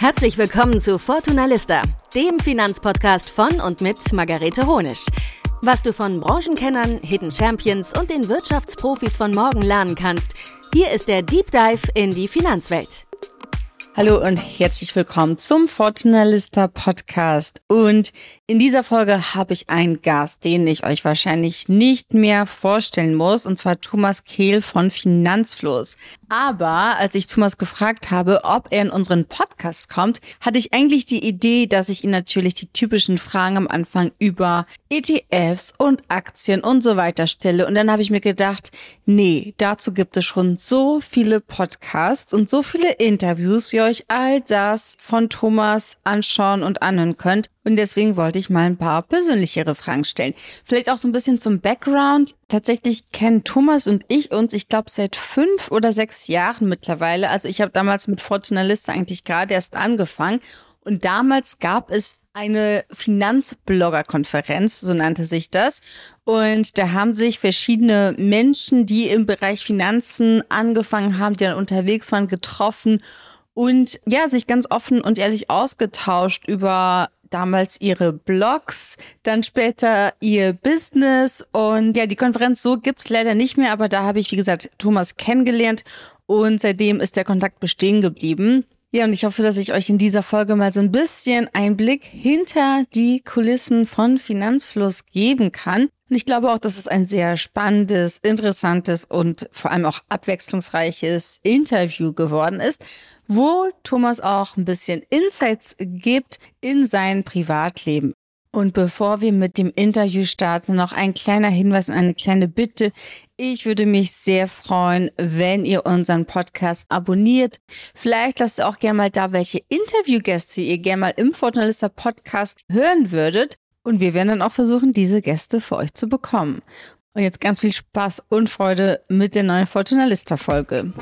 Herzlich willkommen zu Fortuna Lista, dem Finanzpodcast von und mit Margarete Honisch. Was du von Branchenkennern, Hidden Champions und den Wirtschaftsprofis von morgen lernen kannst, hier ist der Deep Dive in die Finanzwelt. Hallo und herzlich willkommen zum Fortuna Lista Podcast. Und in dieser Folge habe ich einen Gast, den ich euch wahrscheinlich nicht mehr vorstellen muss, und zwar Thomas Kehl von Finanzfluss. Aber als ich Thomas gefragt habe, ob er in unseren Podcast kommt, hatte ich eigentlich die Idee, dass ich ihm natürlich die typischen Fragen am Anfang über ETFs und Aktien und so weiter stelle. Und dann habe ich mir gedacht, nee, dazu gibt es schon so viele Podcasts und so viele Interviews, wie ihr euch all das von Thomas anschauen und anhören könnt. Und deswegen wollte ich mal ein paar persönlichere Fragen stellen. Vielleicht auch so ein bisschen zum Background. Tatsächlich kennen Thomas und ich uns, ich glaube, seit 5 oder 6 Jahren mittlerweile. Also ich habe damals mit Fortuna Lista eigentlich gerade erst angefangen. Und damals gab es eine Finanzblogger-Konferenz, so nannte sich das. Und da haben sich verschiedene Menschen, die im Bereich Finanzen angefangen haben, die dann unterwegs waren, getroffen und ja, sich ganz offen und ehrlich ausgetauscht über damals ihre Blogs, dann später ihr Business. Und ja, die Konferenz so gibt's leider nicht mehr, aber da habe ich, wie gesagt, Thomas kennengelernt und seitdem ist der Kontakt bestehen geblieben. Ja, und ich hoffe, dass ich euch in dieser Folge mal so ein bisschen einen Blick hinter die Kulissen von Finanzfluss geben kann. Und ich glaube auch, dass es ein sehr spannendes, interessantes und vor allem auch abwechslungsreiches Interview geworden ist, wo Thomas auch ein bisschen Insights gibt in sein Privatleben. Und bevor wir mit dem Interview starten, noch ein kleiner Hinweis und eine kleine Bitte. Ich würde mich sehr freuen, wenn ihr unseren Podcast abonniert. Vielleicht lasst ihr auch gerne mal da, welche Interviewgäste ihr gerne mal im Fortuna Lista Podcast hören würdet. Und wir werden dann auch versuchen, diese Gäste für euch zu bekommen. Und jetzt ganz viel Spaß und Freude mit der neuen Fortuna Lista Folge.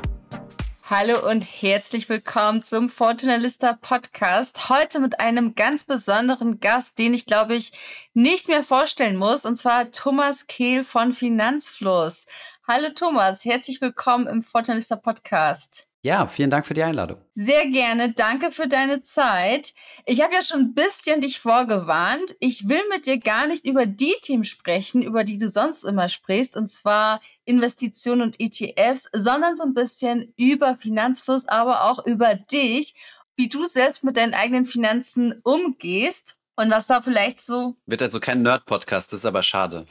Hallo und herzlich willkommen zum Fortuna Lista Podcast. Heute mit einem ganz besonderen Gast, den ich, glaube ich, nicht mehr vorstellen muss, und zwar Thomas Kehl von Finanzfluss. Hallo Thomas, herzlich willkommen im Fortuna Lista Podcast. Ja, vielen Dank für die Einladung. Sehr gerne, danke für deine Zeit. Ich habe ja schon ein bisschen dich vorgewarnt. Ich will mit dir gar nicht über die Themen sprechen, über die du sonst immer sprichst, und zwar Investitionen und ETFs, sondern so ein bisschen über Finanzfluss, aber auch über dich, wie du selbst mit deinen eigenen Finanzen umgehst. Und was da vielleicht so... Wird also kein Nerd-Podcast, das ist aber schade.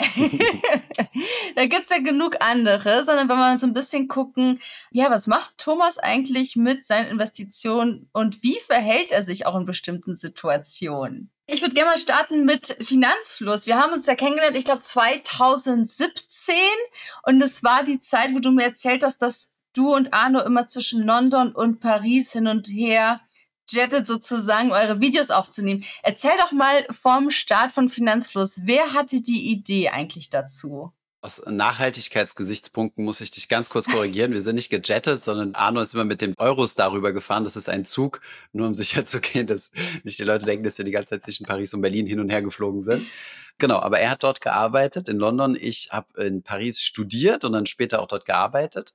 Da gibt's ja genug andere, sondern wenn wir so ein bisschen gucken, ja, was macht Thomas eigentlich mit seinen Investitionen und wie verhält er sich auch in bestimmten Situationen? Ich würde gerne mal starten mit Finanzfluss. Wir haben uns ja kennengelernt, ich glaube 2017, und es war die Zeit, wo du mir erzählt hast, dass du und Arno immer zwischen London und Paris hin und her jettet, sozusagen eure Videos aufzunehmen. Erzähl doch mal vom Start von Finanzfluss. Wer hatte die Idee eigentlich dazu? Aus Nachhaltigkeitsgesichtspunkten muss ich dich ganz kurz korrigieren. Wir sind nicht gejettet, sondern Arno ist immer mit dem Eurostar rübergefahren. Das ist ein Zug, nur um sicher zu gehen, dass nicht die Leute denken, dass wir die ganze Zeit zwischen Paris und Berlin hin und her geflogen sind. Genau, aber er hat dort gearbeitet in London. Ich habe in Paris studiert und dann später auch dort gearbeitet.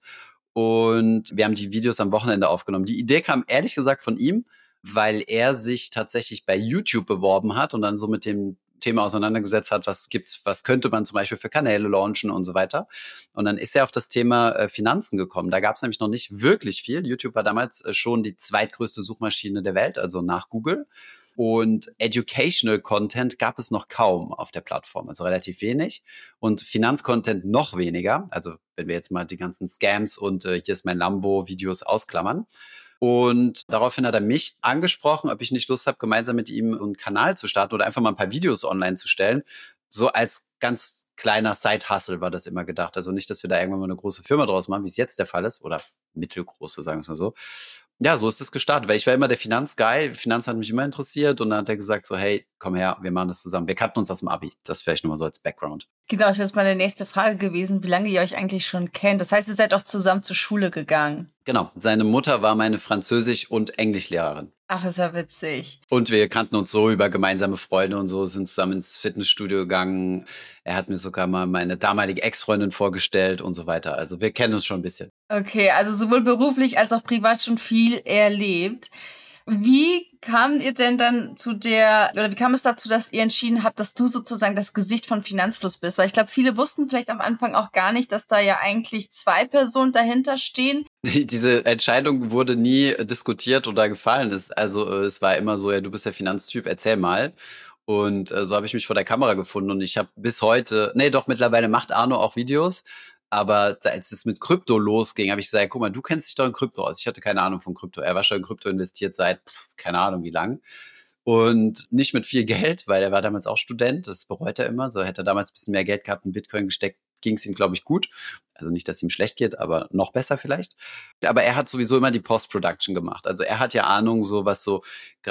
Und wir haben die Videos am Wochenende aufgenommen. Die Idee kam ehrlich gesagt von ihm, weil er sich tatsächlich bei YouTube beworben hat und dann so mit dem Thema auseinandergesetzt hat, was könnte man zum Beispiel für Kanäle launchen und so weiter. Und dann ist er auf das Thema Finanzen gekommen. Da gab es nämlich noch nicht wirklich viel. YouTube war damals schon die zweitgrößte Suchmaschine der Welt, also nach Google. Und Educational Content gab es noch kaum auf der Plattform, also relativ wenig. Und Finanzcontent noch weniger. Also wenn wir jetzt mal die ganzen Scams und hier ist mein Lambo-Videos ausklammern. Und daraufhin hat er mich angesprochen, ob ich nicht Lust habe, gemeinsam mit ihm einen Kanal zu starten oder einfach mal ein paar Videos online zu stellen. So als ganz kleiner Side-Hustle war das immer gedacht. Also nicht, dass wir da irgendwann mal eine große Firma draus machen, wie es jetzt der Fall ist. Oder mittelgroße, sagen wir es mal so. Ja, so ist es gestartet, weil ich war immer der Finanzguy. Finanz hat mich immer interessiert und dann hat er gesagt so, hey, komm her, wir machen das zusammen. Wir kannten uns aus dem Abi. Das vielleicht nochmal so als Background. Genau, das wäre jetzt meine nächste Frage gewesen, wie lange ihr euch eigentlich schon kennt. Das heißt, ihr seid auch zusammen zur Schule gegangen. Genau, seine Mutter war meine Französisch- und Englischlehrerin. Ach, ist ja witzig. Und wir kannten uns so über gemeinsame Freunde und so, sind zusammen ins Fitnessstudio gegangen. Er hat mir sogar mal meine damalige Ex-Freundin vorgestellt und so weiter. Also wir kennen uns schon ein bisschen. Okay, also sowohl beruflich als auch privat schon viel erlebt. Wie kam ihr denn dann wie kam es dazu, dass ihr entschieden habt, dass du sozusagen das Gesicht von Finanzfluss bist? Weil ich glaube, viele wussten vielleicht am Anfang auch gar nicht, dass da ja eigentlich 2 Personen dahinter stehen. Diese Entscheidung wurde nie diskutiert oder gefallen. Es war immer so, ja, du bist der Finanztyp, erzähl mal. Und so habe ich mich vor der Kamera gefunden und ich habe bis heute, mittlerweile macht Arno auch Videos. Aber als es mit Krypto losging, habe ich gesagt, guck mal, du kennst dich doch in Krypto aus. Ich hatte keine Ahnung von Krypto. Er war schon in Krypto investiert seit keine Ahnung wie lang. Und nicht mit viel Geld, weil er war damals auch Student. Das bereut er immer. So hätte er damals ein bisschen mehr Geld gehabt, in Bitcoin gesteckt, ging es ihm, glaube ich, gut. Also nicht, dass ihm schlecht geht, aber noch besser vielleicht. Aber er hat sowieso immer die Post-Production gemacht. Also er hat ja Ahnung, so was so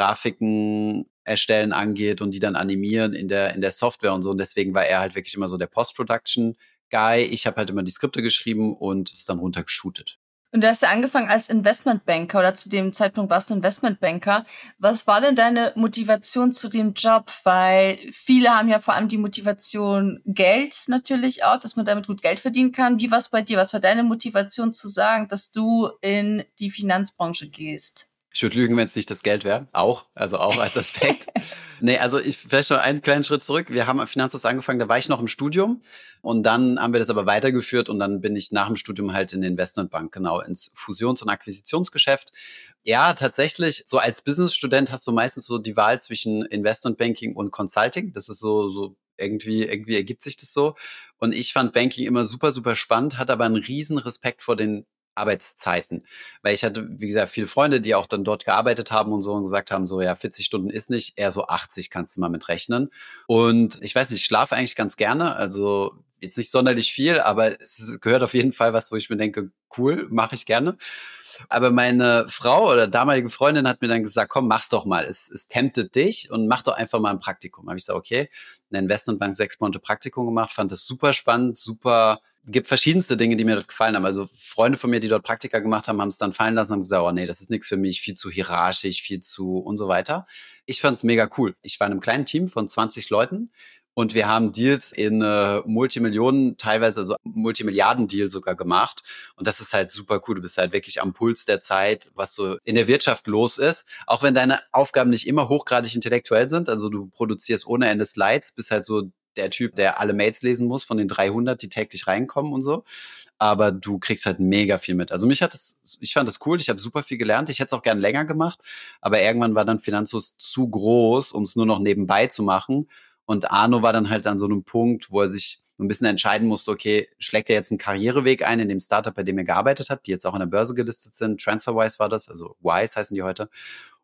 Grafiken erstellen angeht und die dann animieren in der Software und so. Und deswegen war er halt wirklich immer so der Post-Production Guy. Ich habe halt immer die Skripte geschrieben und es dann runtergeshootet. Und du hast ja angefangen als Investmentbanker oder zu dem Zeitpunkt warst du Investmentbanker. Was war denn deine Motivation zu dem Job? Weil viele haben ja vor allem die Motivation Geld natürlich auch, dass man damit gut Geld verdienen kann. Wie war es bei dir? Was war deine Motivation zu sagen, dass du in die Finanzbranche gehst? Ich würde lügen, wenn es nicht das Geld wäre. Auch als Aspekt. Vielleicht noch einen kleinen Schritt zurück. Wir haben am Finanzhaus angefangen, da war ich noch im Studium. Und dann haben wir das aber weitergeführt und dann bin ich nach dem Studium halt in die Investmentbank, genau, ins Fusions- und Akquisitionsgeschäft. Ja, tatsächlich, so als Businessstudent hast du meistens so die Wahl zwischen Investmentbanking und Consulting. Das ist so irgendwie ergibt sich das so. Und ich fand Banking immer super, super spannend, hatte aber einen riesen Respekt vor den Arbeitszeiten. Weil ich hatte, wie gesagt, viele Freunde, die auch dann dort gearbeitet haben und so und gesagt haben, so ja, 40 Stunden ist nicht, eher so 80 kannst du mal mit rechnen. Und ich weiß nicht, ich schlafe eigentlich ganz gerne, also jetzt nicht sonderlich viel, aber es gehört auf jeden Fall was, wo ich mir denke, cool, mache ich gerne. Aber meine Frau oder damalige Freundin hat mir dann gesagt, komm, mach's doch mal. Es temptet dich und mach doch einfach mal ein Praktikum. Habe ich gesagt, okay, in der Investmentbank 6 Monate Praktikum gemacht, fand das super spannend, gibt verschiedenste Dinge, die mir dort gefallen haben. Also Freunde von mir, die dort Praktika gemacht haben, haben es dann fallen lassen und haben gesagt, oh nee, das ist nichts für mich, viel zu hierarchisch, viel zu und so weiter. Ich fand es mega cool. Ich war in einem kleinen Team von 20 Leuten. Und wir haben Deals in Multimillionen, teilweise also Multimilliarden-Deal sogar gemacht. Und das ist halt super cool. Du bist halt wirklich am Puls der Zeit, was so in der Wirtschaft los ist. Auch wenn deine Aufgaben nicht immer hochgradig intellektuell sind. Also du produzierst ohne Ende Slides, bist halt so der Typ, der alle Mails lesen muss von den 300, die täglich reinkommen und so. Aber du kriegst halt mega viel mit. Also ich fand das cool. Ich habe super viel gelernt. Ich hätte es auch gern länger gemacht. Aber irgendwann war dann Finanzhaus zu groß, um es nur noch nebenbei zu machen. Und Arno war dann halt an so einem Punkt, wo er sich ein bisschen entscheiden musste, okay, schlägt er jetzt einen Karriereweg ein in dem Startup, bei dem er gearbeitet hat, die jetzt auch an der Börse gelistet sind, TransferWise war das, also Wise heißen die heute,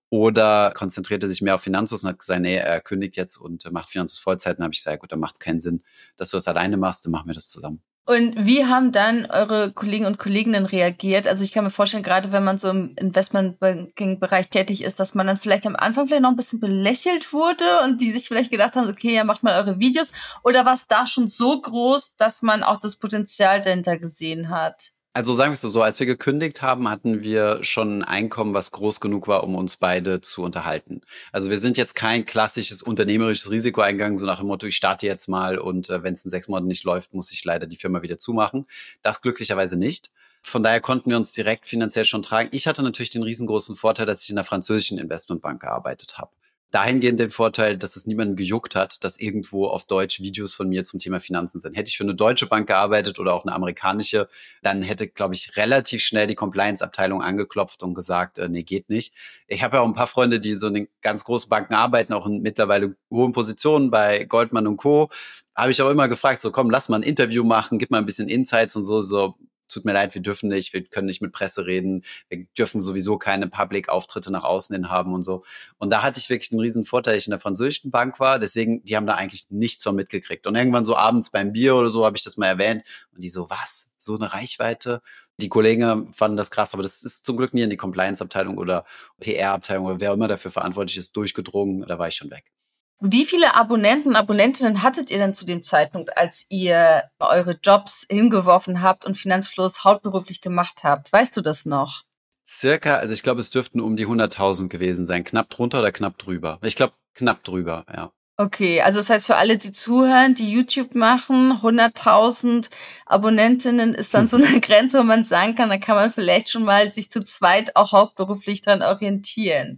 oder konzentriert er sich mehr auf Finanzhaus und hat gesagt, nee, er kündigt jetzt und macht Finanzhaus Vollzeit. Und dann habe ich gesagt, gut, dann macht es keinen Sinn, dass du das alleine machst, dann machen wir das zusammen. Und wie haben dann eure Kollegen und Kolleginnen reagiert? Also ich kann mir vorstellen, gerade wenn man so im Investmentbanking-Bereich tätig ist, dass man dann vielleicht am Anfang vielleicht noch ein bisschen belächelt wurde und die sich vielleicht gedacht haben, okay, ja, macht mal eure Videos. Oder war es da schon so groß, dass man auch das Potenzial dahinter gesehen hat? Also sagen wir es so, als wir gekündigt haben, hatten wir schon ein Einkommen, was groß genug war, um uns beide zu unterhalten. Also wir sind jetzt kein klassisches unternehmerisches Risiko eingegangen, so nach dem Motto, ich starte jetzt mal und wenn es in 6 Monaten nicht läuft, muss ich leider die Firma wieder zumachen. Das glücklicherweise nicht. Von daher konnten wir uns direkt finanziell schon tragen. Ich hatte natürlich den riesengroßen Vorteil, dass ich in der französischen Investmentbank gearbeitet habe. Dahingehend den Vorteil, dass es niemanden gejuckt hat, dass irgendwo auf Deutsch Videos von mir zum Thema Finanzen sind. Hätte ich für eine deutsche Bank gearbeitet oder auch eine amerikanische, dann hätte, glaube ich, relativ schnell die Compliance-Abteilung angeklopft und gesagt, nee, geht nicht. Ich habe ja auch ein paar Freunde, die so in den ganz großen Banken arbeiten, auch in mittlerweile hohen Positionen bei Goldman und Co. Habe ich auch immer gefragt, so komm, lass mal ein Interview machen, gib mal ein bisschen Insights und so. Tut mir leid, wir dürfen nicht, wir können nicht mit Presse reden, wir dürfen sowieso keine Public-Auftritte nach außen hin haben und so. Und da hatte ich wirklich einen riesen Vorteil, dass ich in der französischen Bank war, deswegen, die haben da eigentlich nichts von mitgekriegt. Und irgendwann so abends beim Bier oder so habe ich das mal erwähnt und die so, was? So eine Reichweite? Die Kollegen fanden das krass, aber das ist zum Glück nie in die Compliance-Abteilung oder PR-Abteilung oder wer immer dafür verantwortlich ist, durchgedrungen, da war ich schon weg. Wie viele Abonnenten und Abonnentinnen hattet ihr denn zu dem Zeitpunkt, als ihr eure Jobs hingeworfen habt und Finanzfluss hauptberuflich gemacht habt? Weißt du das noch? Also ich glaube, es dürften um die 100.000 gewesen sein. Knapp drunter oder knapp drüber? Ich glaube, knapp drüber, ja. Okay, also das heißt für alle, die zuhören, die YouTube machen, 100.000 Abonnentinnen ist dann so eine Grenze, wo man sagen kann, da kann man vielleicht schon mal sich zu zweit auch hauptberuflich dran orientieren.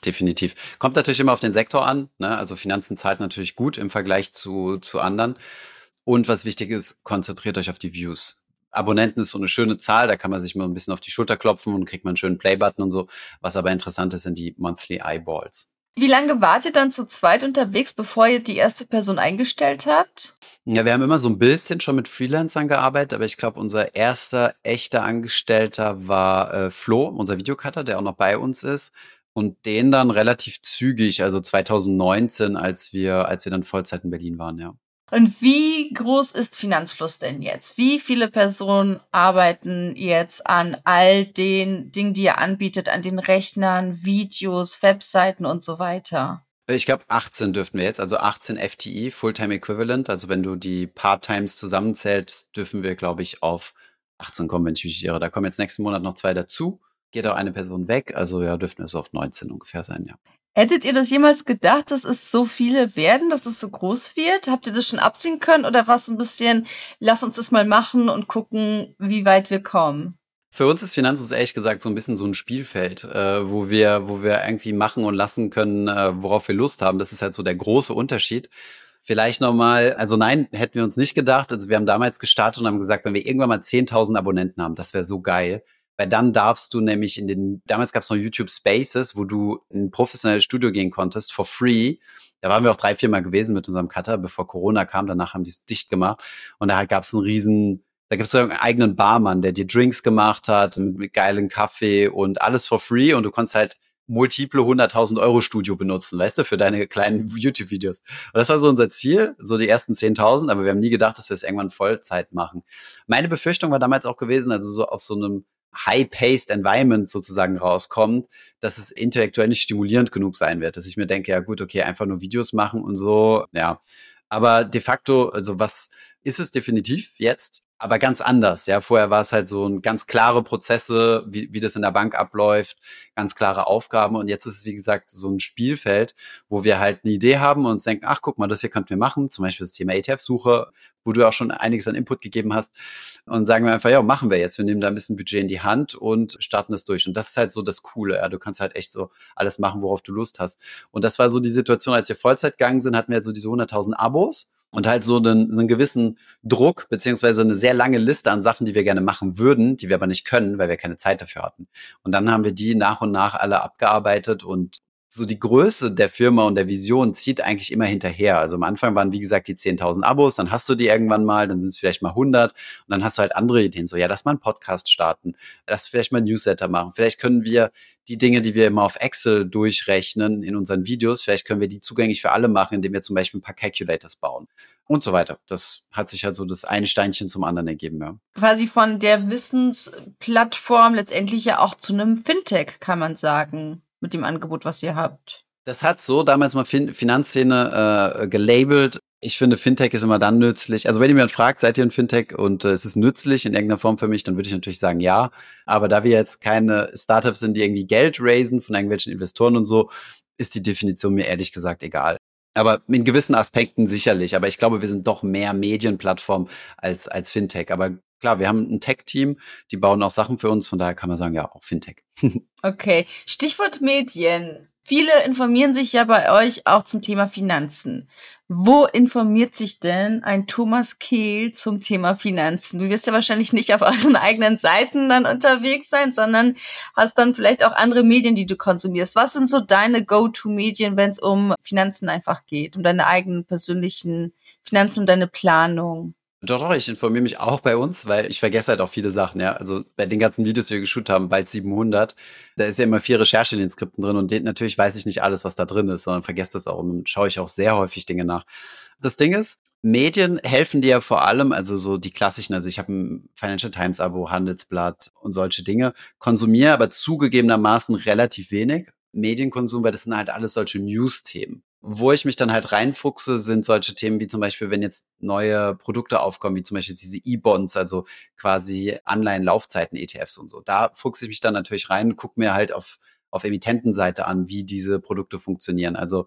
Definitiv. Kommt natürlich immer auf den Sektor an, ne? Also Finanzen zahlt natürlich gut im Vergleich zu anderen. Und was wichtig ist, konzentriert euch auf die Views. Abonnenten ist so eine schöne Zahl, da kann man sich mal ein bisschen auf die Schulter klopfen und kriegt man einen schönen Play-Button und so. Was aber interessant ist, sind die Monthly Eyeballs. Wie lange wart ihr dann zu zweit unterwegs, bevor ihr die erste Person eingestellt habt? Ja, wir haben immer so ein bisschen schon mit Freelancern gearbeitet, aber ich glaube, unser erster echter Angestellter war Flo, unser Videocutter, der auch noch bei uns ist. Und den dann relativ zügig, also 2019, als wir dann Vollzeit in Berlin waren, ja. Und wie groß ist Finanzfluss denn jetzt? Wie viele Personen arbeiten jetzt an all den Dingen, die ihr anbietet, an den Rechnern, Videos, Webseiten und so weiter? Ich glaube, 18 dürften wir jetzt, also 18 FTE, Fulltime Equivalent. Also wenn du die Part-Times zusammenzählst, dürfen wir, glaube ich, auf 18 kommen, wenn ich mich nicht irre. Da kommen jetzt nächsten Monat noch 2 dazu. Geht auch eine Person weg. Also ja, dürften wir so auf 19 ungefähr sein, ja. Hättet ihr das jemals gedacht, dass es so viele werden, dass es so groß wird? Habt ihr das schon absehen können oder war es ein bisschen, lass uns das mal machen und gucken, wie weit wir kommen? Für uns ist Finanzus ehrlich gesagt so ein bisschen so ein Spielfeld, wo wir irgendwie machen und lassen können, worauf wir Lust haben. Das ist halt so der große Unterschied. Vielleicht nochmal, also nein, hätten wir uns nicht gedacht. Also wir haben damals gestartet und haben gesagt, wenn wir irgendwann mal 10.000 Abonnenten haben, das wäre so geil. Weil dann darfst du nämlich damals gab es noch YouTube Spaces, wo du in ein professionelles Studio gehen konntest, for free. Da waren wir auch 3-4 Mal gewesen mit unserem Cutter, bevor Corona kam. Danach haben die es dicht gemacht. Und da gab es da gibt es so einen eigenen Barmann, der dir Drinks gemacht hat, mit geilen Kaffee und alles for free. Und du konntest halt multiple 100.000 € Studio benutzen, weißt du, für deine kleinen YouTube-Videos. Und das war so unser Ziel, so die ersten 10.000, aber wir haben nie gedacht, dass wir es irgendwann Vollzeit machen. Meine Befürchtung war damals auch gewesen, also so aus so einem high-paced Environment sozusagen rauskommt, dass es intellektuell nicht stimulierend genug sein wird, dass ich mir denke, ja gut, okay, einfach nur Videos machen und so, ja. Aber de facto, also was ist es definitiv jetzt, aber ganz anders, ja. Vorher war es halt so ein ganz klare Prozesse, wie das in der Bank abläuft, ganz klare Aufgaben und jetzt ist es, wie gesagt, so ein Spielfeld, wo wir halt eine Idee haben und uns denken, ach, guck mal, das hier könnten wir machen, zum Beispiel das Thema ETF-Suche, wo du auch schon einiges an Input gegeben hast und sagen wir einfach, ja, machen wir jetzt, wir nehmen da ein bisschen Budget in die Hand und starten das durch und das ist halt so das Coole, ja, du kannst halt echt so alles machen, worauf du Lust hast und das war so die Situation, als wir Vollzeit gegangen sind, hatten wir halt so diese 100.000 Abos und halt so einen gewissen Druck, beziehungsweise eine sehr lange Liste an Sachen, die wir gerne machen würden, die wir aber nicht können, weil wir keine Zeit dafür hatten. Und dann haben wir die nach und nach alle abgearbeitet und so die Größe der Firma und der Vision zieht eigentlich immer hinterher. Also am Anfang waren, wie gesagt, die 10.000 Abos, dann hast du die irgendwann mal, dann sind es vielleicht mal 100 und dann hast du halt andere Ideen, so ja, lass mal einen Podcast starten, lass vielleicht mal ein Newsletter machen, vielleicht können wir die Dinge, die wir immer auf Excel durchrechnen in unseren Videos, vielleicht können wir die zugänglich für alle machen, indem wir zum Beispiel ein paar Calculators bauen und so weiter. Das hat sich halt so das eine Steinchen zum anderen ergeben, ja. Quasi von der Wissensplattform letztendlich ja auch zu einem Fintech, kann man sagen, mit dem Angebot, was ihr habt. Das hat so damals mal Finanzszene gelabelt. Ich finde, Fintech ist immer dann nützlich. Also wenn ihr mir fragt, seid ihr ein Fintech und es ist nützlich in irgendeiner Form für mich, dann würde ich natürlich sagen, ja. Aber da wir jetzt keine Startups sind, die irgendwie Geld raisen von irgendwelchen Investoren und so, ist die Definition mir ehrlich gesagt egal. Aber in gewissen Aspekten sicherlich. Aber ich glaube, wir sind doch mehr Medienplattform als Fintech. Aber klar, wir haben ein Tech-Team, die bauen auch Sachen für uns. Von daher kann man sagen, ja, auch Fintech. Okay, Stichwort Medien. Viele informieren sich ja bei euch auch zum Thema Finanzen. Wo informiert sich denn ein Thomas Kehl zum Thema Finanzen? Du wirst ja wahrscheinlich nicht auf euren eigenen Seiten dann unterwegs sein, sondern hast dann vielleicht auch andere Medien, die du konsumierst. Was sind so deine Go-To-Medien, wenn es um Finanzen einfach geht, um deine eigenen persönlichen Finanzen und deine Planung? Doch, ich informiere mich auch bei uns, weil ich vergesse halt auch viele Sachen, ja. Also bei den ganzen Videos, die wir geshootet haben, bald 700, da ist ja immer viel Recherche in den Skripten drin und natürlich weiß ich nicht alles, was da drin ist, sondern vergesse das auch und dann schaue ich auch sehr häufig Dinge nach. Das Ding ist, Medien helfen dir vor allem, also so die klassischen, also ich habe ein Financial Times Abo, Handelsblatt und solche Dinge, konsumiere aber zugegebenermaßen relativ wenig Medienkonsum, weil das sind halt alles solche News-Themen. Wo ich mich dann halt reinfuchse, sind solche Themen wie zum Beispiel, wenn jetzt neue Produkte aufkommen, wie zum Beispiel diese E-Bonds, also quasi Anleihen-Laufzeiten-ETFs und so. Da fuchse ich mich dann natürlich rein, gucke mir halt auf Emittentenseite an, wie diese Produkte funktionieren. Also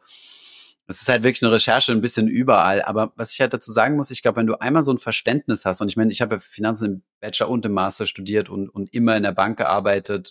es ist halt wirklich eine Recherche ein bisschen überall. Aber was ich halt dazu sagen muss, ich glaube, wenn du einmal so ein Verständnis hast, und ich meine, ich habe ja Finanzen im Bachelor und im Master studiert und immer in der Bank gearbeitet,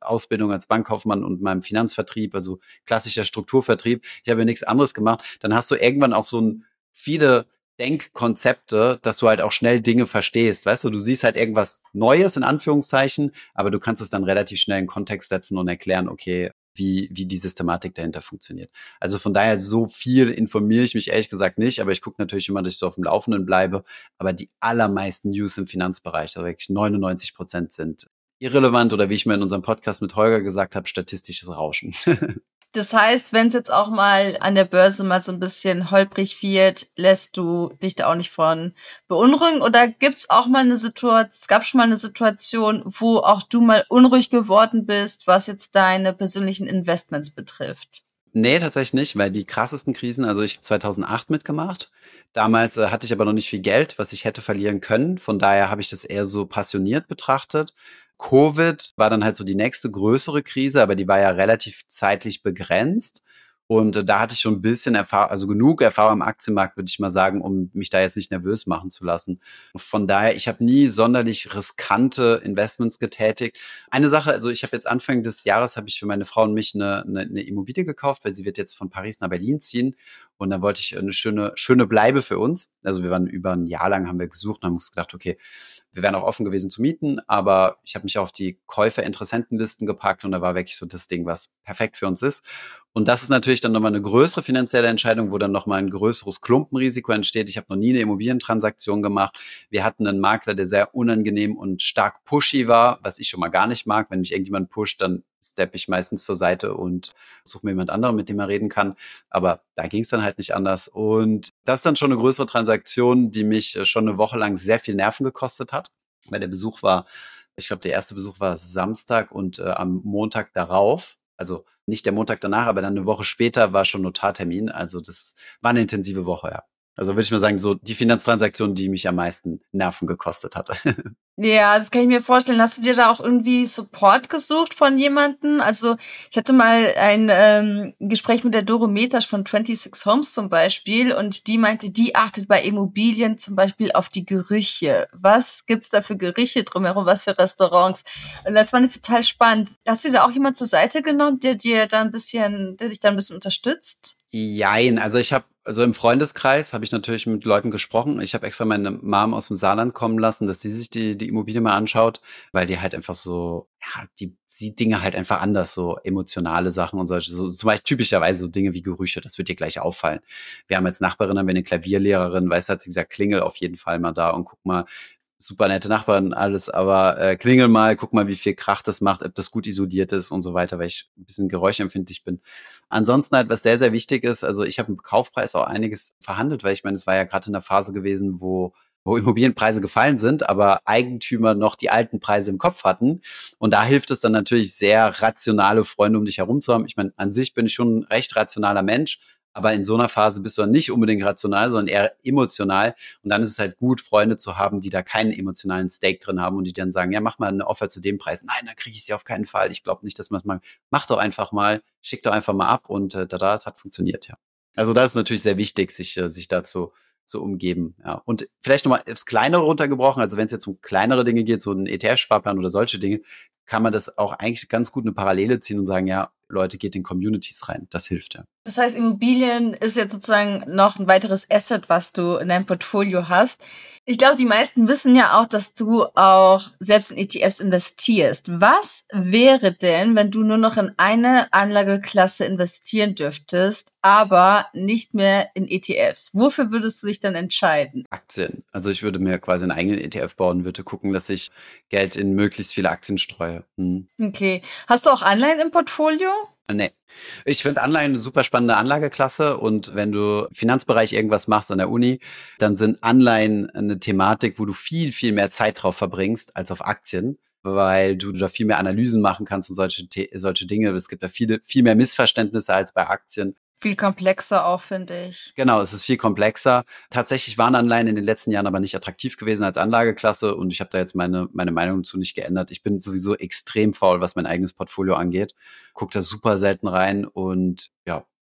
Ausbildung als Bankkaufmann und meinem Finanzvertrieb, also klassischer Strukturvertrieb. Ich habe ja nichts anderes gemacht. Dann hast du irgendwann auch viele Denkkonzepte, dass du halt auch schnell Dinge verstehst. Weißt du, du siehst halt irgendwas Neues in Anführungszeichen, aber du kannst es dann relativ schnell in Kontext setzen und erklären, okay, wie die Systematik dahinter funktioniert. Also von daher, so viel informiere ich mich ehrlich gesagt nicht, aber ich gucke natürlich immer, dass ich so auf dem Laufenden bleibe. Aber die allermeisten News im Finanzbereich, also wirklich 99% sind irrelevant oder wie ich mir in unserem Podcast mit Holger gesagt habe, statistisches Rauschen. Das heißt, wenn es jetzt auch mal an der Börse mal so ein bisschen holprig wird, lässt du dich da auch nicht von beunruhigen? Oder gibt's auch mal es gab schon mal eine Situation, wo auch du mal unruhig geworden bist, was jetzt deine persönlichen Investments betrifft? Nee, tatsächlich nicht, weil die krassesten Krisen, also ich habe 2008 mitgemacht. Damals hatte ich aber noch nicht viel Geld, was ich hätte verlieren können. Von daher habe ich das eher so passioniert betrachtet. Covid war dann halt so die nächste größere Krise, aber die war ja relativ zeitlich begrenzt. Und da hatte ich schon ein bisschen Erfahrung, also genug Erfahrung am Aktienmarkt, würde ich mal sagen, um mich da jetzt nicht nervös machen zu lassen. Von daher, ich habe nie sonderlich riskante Investments getätigt. Eine Sache, also ich habe jetzt Anfang des Jahres, habe ich für meine Frau und mich eine Immobilie gekauft, weil sie wird jetzt von Paris nach Berlin ziehen. Und dann wollte ich eine schöne Bleibe für uns. Also wir waren über ein Jahr lang, haben wir gesucht und haben uns gedacht, okay, wir wären auch offen gewesen zu mieten, aber ich habe mich auf die Käufer-Interessentenlisten gepackt und da war wirklich so das Ding, was perfekt für uns ist. Und das ist natürlich dann nochmal eine größere finanzielle Entscheidung, wo dann nochmal ein größeres Klumpenrisiko entsteht. Ich habe noch nie eine Immobilientransaktion gemacht. Wir hatten einen Makler, der sehr unangenehm und stark pushy war, was ich schon mal gar nicht mag. Wenn mich irgendjemand pusht, dann steppe ich meistens zur Seite und suche mir jemand anderen, mit dem er reden kann. Aber da ging es dann halt nicht anders. Und das ist dann schon eine größere Transaktion, die mich schon eine Woche lang sehr viel Nerven gekostet hat. Weil der Besuch war, ich glaube, der erste Besuch war Samstag und am Montag darauf, also nicht der Montag danach, aber dann eine Woche später war schon Notartermin. Also das war eine intensive Woche, ja. Also würde ich mal sagen, so die Finanztransaktion, die mich am meisten Nerven gekostet hat. Ja, das kann ich mir vorstellen. Hast du dir da auch irgendwie Support gesucht von jemandem? Also ich hatte mal ein Gespräch mit der Doro Metasch von 26 Homes zum Beispiel und die meinte, die achtet bei Immobilien zum Beispiel auf die Gerüche. Was gibt's da für Gerüche drumherum? Was für Restaurants? Und das fand ich total spannend. Hast du da auch jemand zur Seite genommen, der dich da ein bisschen unterstützt? Jein, also im Freundeskreis habe ich natürlich mit Leuten gesprochen. Ich habe extra meine Mom aus dem Saarland kommen lassen, dass sie sich die Immobilie mal anschaut, weil die halt einfach so, ja, die sieht Dinge halt einfach anders, so emotionale Sachen und solche, so zum Beispiel typischerweise so Dinge wie Gerüche, das wird dir gleich auffallen. Wir haben als Nachbarin, haben wir eine Klavierlehrerin, weißt du, hat sie gesagt, klingel auf jeden Fall mal da und guck mal, super nette Nachbarn, alles, aber klingel mal, guck mal, wie viel Krach das macht, ob das gut isoliert ist und so weiter, weil ich ein bisschen geräuschempfindlich bin. Ansonsten halt, was sehr, sehr wichtig ist, also ich habe im Kaufpreis auch einiges verhandelt, weil ich meine, es war ja gerade in der Phase gewesen, wo Immobilienpreise gefallen sind, aber Eigentümer noch die alten Preise im Kopf hatten. Und da hilft es dann natürlich sehr, rationale Freunde um dich herum zu haben. Ich meine, an sich bin ich schon ein recht rationaler Mensch, aber in so einer Phase bist du dann nicht unbedingt rational, sondern eher emotional. Und dann ist es halt gut, Freunde zu haben, die da keinen emotionalen Stake drin haben und die dann sagen, ja, mach mal eine Offer zu dem Preis. Nein, da kriege ich sie auf keinen Fall. Ich glaube nicht, dass man es mal, mach doch einfach mal, schick doch einfach mal ab und es hat funktioniert, ja. Also das ist natürlich sehr wichtig, sich dazu zu umgeben, ja. Und vielleicht nochmal aufs Kleinere runtergebrochen, also wenn es jetzt um kleinere Dinge geht, so ein ETF-Sparplan oder solche Dinge, kann man das auch eigentlich ganz gut eine Parallele ziehen und sagen, ja, Leute, geht in Communities rein. Das hilft, ja. Das heißt, Immobilien ist jetzt sozusagen noch ein weiteres Asset, was du in deinem Portfolio hast. Ich glaube, die meisten wissen ja auch, dass du auch selbst in ETFs investierst. Was wäre denn, wenn du nur noch in eine Anlageklasse investieren dürftest, aber nicht mehr in ETFs? Wofür würdest du dich dann entscheiden? Aktien. Also ich würde mir quasi einen eigenen ETF bauen, würde gucken, dass ich Geld in möglichst viele Aktien streue. Okay. Hast du auch Anleihen im Portfolio? Nee. Ich finde Anleihen eine super spannende Anlageklasse und wenn du im Finanzbereich irgendwas machst an der Uni, dann sind Anleihen eine Thematik, wo du viel, viel mehr Zeit drauf verbringst als auf Aktien, weil du da viel mehr Analysen machen kannst und solche Dinge. Es gibt da viel mehr Missverständnisse als bei Aktien. Viel komplexer auch, finde ich. Genau, es ist viel komplexer. Tatsächlich waren Anleihen in den letzten Jahren aber nicht attraktiv gewesen als Anlageklasse und ich habe da jetzt meine Meinung zu nicht geändert. Ich bin sowieso extrem faul, was mein eigenes Portfolio angeht. Guck da super selten rein und ja,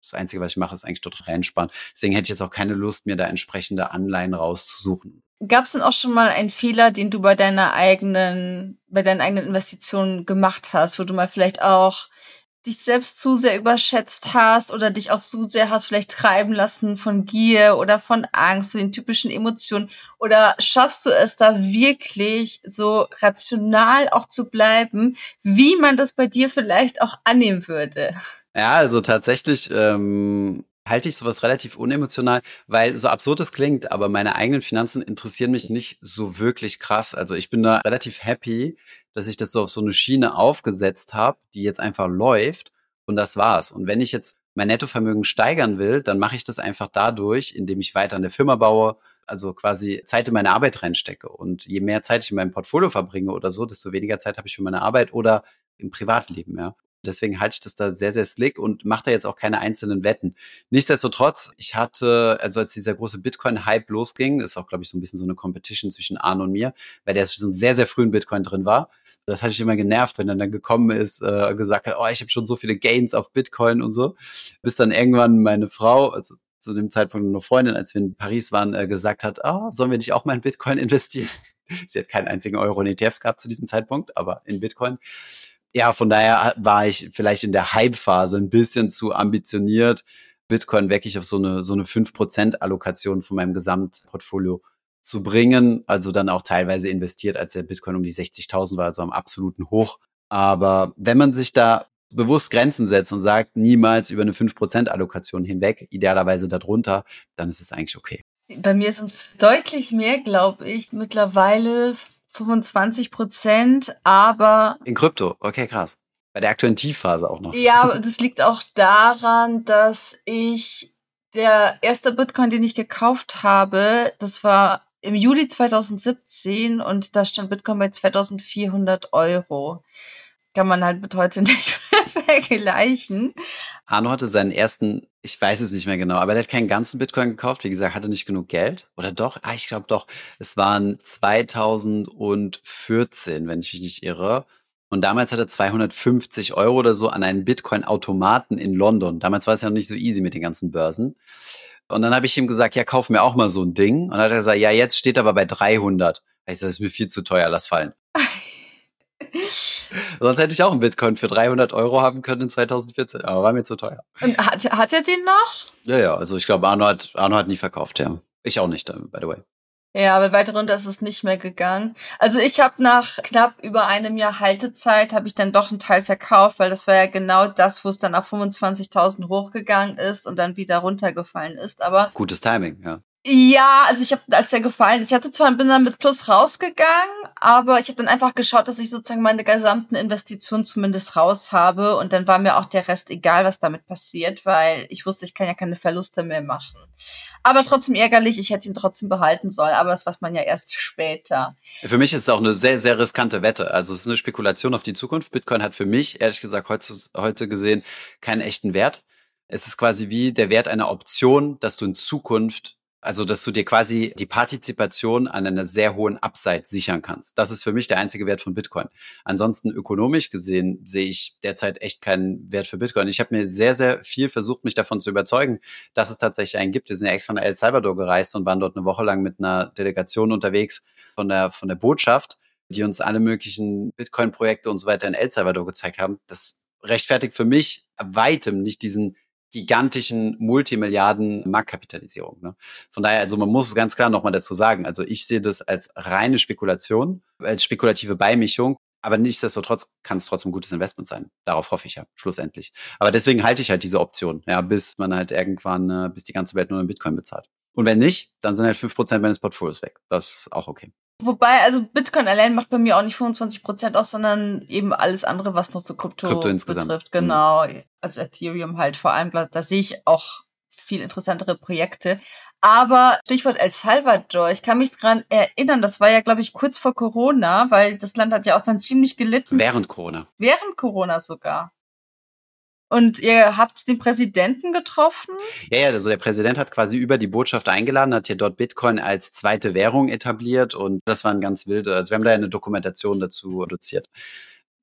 Das Einzige, was ich mache, ist eigentlich dort reinsparen. Deswegen hätte ich jetzt auch keine Lust, mir da entsprechende Anleihen rauszusuchen. Gab es denn auch schon mal einen Fehler, den du bei deinen eigenen Investitionen gemacht hast, wo du mal vielleicht auch dich selbst zu sehr überschätzt hast oder dich auch zu sehr hast vielleicht treiben lassen von Gier oder von Angst, so den typischen Emotionen? Oder schaffst du es da wirklich so rational auch zu bleiben, wie man das bei dir vielleicht auch annehmen würde? Ja, also tatsächlich halte ich sowas relativ unemotional, weil so absurd es klingt, aber meine eigenen Finanzen interessieren mich nicht so wirklich krass. Also ich bin da relativ happy, dass ich das so auf so eine Schiene aufgesetzt habe, die jetzt einfach läuft und das war's. Und wenn ich jetzt mein Nettovermögen steigern will, dann mache ich das einfach dadurch, indem ich weiter an der Firma baue, also quasi Zeit in meine Arbeit reinstecke. Und je mehr Zeit ich in meinem Portfolio verbringe oder so, desto weniger Zeit habe ich für meine Arbeit oder im Privatleben, ja. Deswegen halte ich das da sehr, sehr slick und mache da jetzt auch keine einzelnen Wetten. Nichtsdestotrotz, ich hatte, also als dieser große Bitcoin-Hype losging, ist auch, glaube ich, so ein bisschen so eine Competition zwischen Arne und mir, weil der schon sehr, sehr früh in Bitcoin drin war. Das hatte ich immer genervt, wenn er dann gekommen ist und gesagt hat, oh, ich habe schon so viele Gains auf Bitcoin und so. Bis dann irgendwann meine Frau, also zu dem Zeitpunkt eine Freundin, als wir in Paris waren, gesagt hat, sollen wir nicht auch mal in Bitcoin investieren? Sie hat keinen einzigen Euro in ETFs gehabt zu diesem Zeitpunkt, aber in Bitcoin. Ja, von daher war ich vielleicht in der Hype-Phase ein bisschen zu ambitioniert, Bitcoin wirklich auf so eine 5% Allokation von meinem Gesamtportfolio zu bringen. Also dann auch teilweise investiert, als der Bitcoin um die 60.000 war, also am absoluten Hoch. Aber wenn man sich da bewusst Grenzen setzt und sagt, niemals über eine 5% Allokation hinweg, idealerweise darunter, dann ist es eigentlich okay. Bei mir sind es deutlich mehr, glaube ich, mittlerweile 25%, aber... In Krypto, okay, krass. Bei der aktuellen Tiefphase auch noch. Ja, das liegt auch daran, dass der erste Bitcoin, den ich gekauft habe, das war im Juli 2017 und da stand Bitcoin bei 2.400 Euro. Kann man halt mit heute nicht mehr vergleichen. Arno hatte seinen ersten, ich weiß es nicht mehr genau, aber der hat keinen ganzen Bitcoin gekauft. Wie gesagt, hatte nicht genug Geld. Oder doch? Ich glaube doch. Es waren 2014, wenn ich mich nicht irre. Und damals hat er 250 Euro oder so an einen Bitcoin-Automaten in London. Damals war es ja noch nicht so easy mit den ganzen Börsen. Und dann habe ich ihm gesagt, ja, kauf mir auch mal so ein Ding. Und dann hat er gesagt, ja, jetzt steht aber bei 300. Ich sage, das ist mir viel zu teuer, lass fallen. Sonst hätte ich auch einen Bitcoin für 300 Euro haben können in 2014, aber war mir zu teuer. Und hat er den noch? Ja, also ich glaube, Arno hat nie verkauft, ja. Ich auch nicht, by the way. Ja, aber weiter runter ist es nicht mehr gegangen. Also ich habe nach knapp über einem Jahr Haltezeit, habe ich dann doch einen Teil verkauft, weil das war ja genau das, wo es dann auf 25.000 hochgegangen ist und dann wieder runtergefallen ist. Aber gutes Timing, ja. Ja, also ich habe, als der gefallen ist, bin dann mit Plus rausgegangen, aber ich habe dann einfach geschaut, dass ich sozusagen meine gesamten Investitionen zumindest raus habe und dann war mir auch der Rest egal, was damit passiert, weil ich wusste, ich kann ja keine Verluste mehr machen. Aber trotzdem ärgerlich, ich hätte ihn trotzdem behalten sollen, aber das weiß man ja erst später. Für mich ist es auch eine sehr, sehr riskante Wette. Also es ist eine Spekulation auf die Zukunft. Bitcoin hat für mich, ehrlich gesagt, heute gesehen keinen echten Wert. Es ist quasi wie der Wert einer Option, dass du in Zukunft, also dass du dir quasi die Partizipation an einer sehr hohen Upside sichern kannst. Das ist für mich der einzige Wert von Bitcoin. Ansonsten ökonomisch gesehen sehe ich derzeit echt keinen Wert für Bitcoin. Ich habe mir sehr, sehr viel versucht, mich davon zu überzeugen, dass es tatsächlich einen gibt. Wir sind ja extra nach El Salvador gereist und waren dort eine Woche lang mit einer Delegation unterwegs von der Botschaft, die uns alle möglichen Bitcoin-Projekte und so weiter in El Salvador gezeigt haben. Das rechtfertigt für mich weitem nicht diesen gigantischen Multimilliarden-Marktkapitalisierung. Ne? Von daher, also man muss es ganz klar nochmal dazu sagen, also ich sehe das als reine Spekulation, als spekulative Beimischung, aber nichtsdestotrotz kann es trotzdem ein gutes Investment sein. Darauf hoffe ich ja, schlussendlich. Aber deswegen halte ich halt diese Option, ja, bis man halt irgendwann, bis die ganze Welt nur in Bitcoin bezahlt. Und wenn nicht, dann sind halt 5% meines Portfolios weg. Das ist auch okay. Wobei, also Bitcoin allein macht bei mir auch nicht 25% aus, sondern eben alles andere, was noch so Krypto insgesamt betrifft. Genau, also Ethereum halt vor allem, da sehe ich auch viel interessantere Projekte. Aber Stichwort El Salvador, ich kann mich dran erinnern, das war ja, glaube ich, kurz vor Corona, weil das Land hat ja auch dann ziemlich gelitten. Während Corona. Während Corona sogar. Und ihr habt den Präsidenten getroffen? Ja, also der Präsident hat quasi über die Botschaft eingeladen, hat hier dort Bitcoin als zweite Währung etabliert und das waren ganz wilde, also wir haben da eine Dokumentation dazu produziert.